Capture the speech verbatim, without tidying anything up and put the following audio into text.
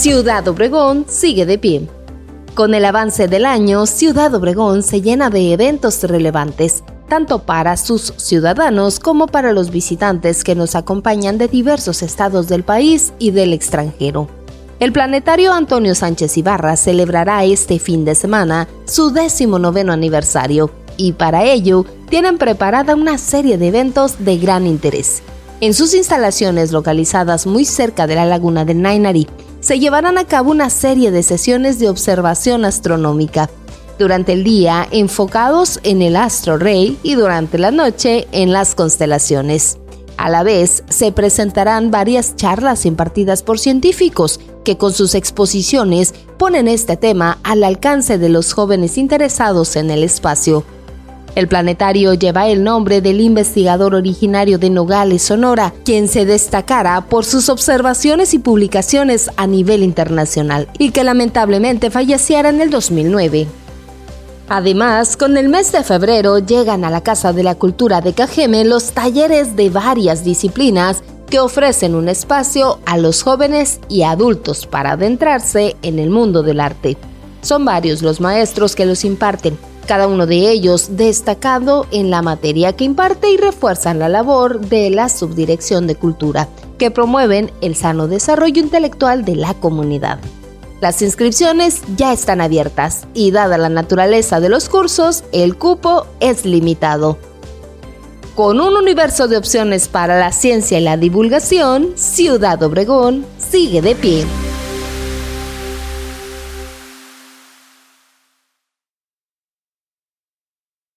Ciudad Obregón sigue de pie. Con el avance del año, Ciudad Obregón se llena de eventos relevantes, tanto para sus ciudadanos como para los visitantes que nos acompañan de diversos estados del país y del extranjero. El Planetario Antonio Sánchez Ibarra celebrará este fin de semana su décimo noveno aniversario y para ello tienen preparada una serie de eventos de gran interés. En sus instalaciones localizadas muy cerca de la laguna de Nainari, se llevarán a cabo una serie de sesiones de observación astronómica. Durante el día, enfocados en el astro rey y durante la noche en las constelaciones. A la vez, se presentarán varias charlas impartidas por científicos que con sus exposiciones ponen este tema al alcance de los jóvenes interesados en el espacio. El planetario lleva el nombre del investigador originario de Nogales, Sonora, quien se destacara por sus observaciones y publicaciones a nivel internacional y que lamentablemente falleciera en el dos mil nueve. Además, con el mes de febrero llegan a la Casa de la Cultura de Cajeme los talleres de varias disciplinas que ofrecen un espacio a los jóvenes y adultos para adentrarse en el mundo del arte. Son varios los maestros que los imparten, cada uno de ellos destacado en la materia que imparte y refuerzan la labor de la Subdirección de Cultura, que promueven el sano desarrollo intelectual de la comunidad. Las inscripciones ya están abiertas y dada la naturaleza de los cursos, el cupo es limitado. Con un universo de opciones para la ciencia y la divulgación, Ciudad Obregón sigue de pie.